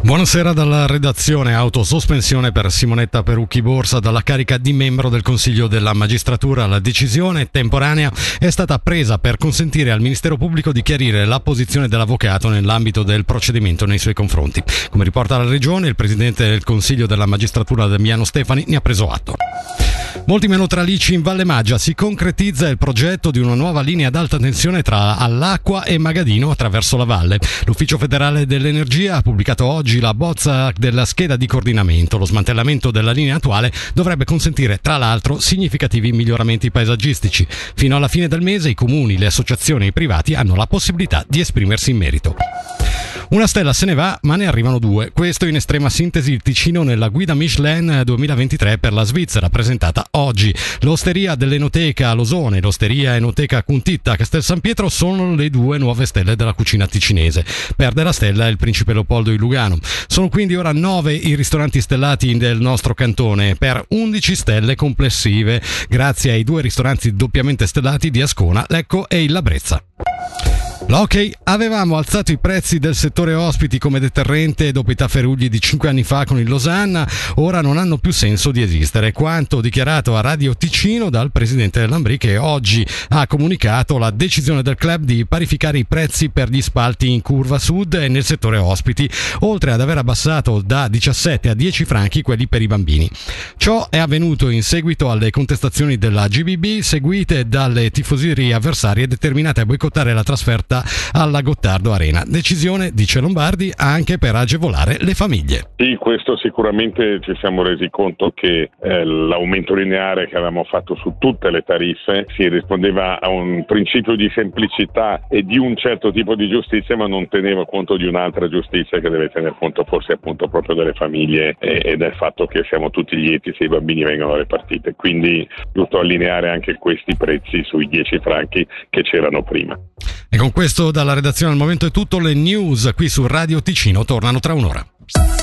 Buonasera dalla redazione. Autosospensione per Simonetta Perucchi Borsa dalla carica di membro del Consiglio della Magistratura. La decisione temporanea è stata presa per consentire al Ministero Pubblico di chiarire la posizione dell'avvocato nell'ambito del procedimento nei suoi confronti. Come riporta la Regione, il Presidente del Consiglio della Magistratura Damiano Stefani ne ha preso atto. Molti meno tralicci in Valle Maggia. Si concretizza il progetto di una nuova linea ad alta tensione tra Allacqua e Magadino attraverso la valle. L'Ufficio Federale dell'Energia ha pubblicato oggi la bozza della scheda di coordinamento. Lo smantellamento della linea attuale dovrebbe consentire, tra l'altro, significativi miglioramenti paesaggistici. Fino alla fine del mese i comuni, le associazioni e i privati hanno la possibilità di esprimersi in merito. Una stella se ne va, ma ne arrivano due. Questo in estrema sintesi il Ticino nella guida Michelin 2023 per la Svizzera, presentata oggi. L'Osteria dell'Enoteca Losone e l'Osteria Enoteca Cuntitta a Castel San Pietro sono le due nuove stelle della cucina ticinese. Perde la stella il Principe Leopoldo di Lugano. Sono quindi ora 9 i ristoranti stellati del nostro cantone, per 11 stelle complessive, grazie ai 2 ristoranti doppiamente stellati di Ascona, Lecco e il Labrezza. L'hockey: avevamo alzato i prezzi del settore ospiti come deterrente dopo i tafferugli di 5 anni fa con il Losanna, ora non hanno più senso di esistere. Quanto dichiarato a Radio Ticino dal presidente dell'Ambrì, che oggi ha comunicato la decisione del club di parificare i prezzi per gli spalti in curva sud e nel settore ospiti, oltre ad aver abbassato da 17 a 10 franchi quelli per i bambini. Ciò è avvenuto in seguito alle contestazioni della GBB seguite dalle tifoserie avversarie determinate a boicottare la trasferta alla Gottardo Arena. Decisione, dice Lombardi, anche per agevolare le famiglie. Sì, questo sicuramente ci siamo resi conto che l'aumento lineare che avevamo fatto su tutte le tariffe si rispondeva a un principio di semplicità e di un certo tipo di giustizia, ma non teneva conto di un'altra giustizia che deve tener conto forse appunto proprio delle famiglie e del fatto che siamo tutti lieti se i bambini vengono repartiti. Quindi giusto allineare anche questi prezzi sui 10 franchi che c'erano prima. E con questo dalla redazione al momento è tutto. Le news qui su Radio Ticino tornano tra un'ora.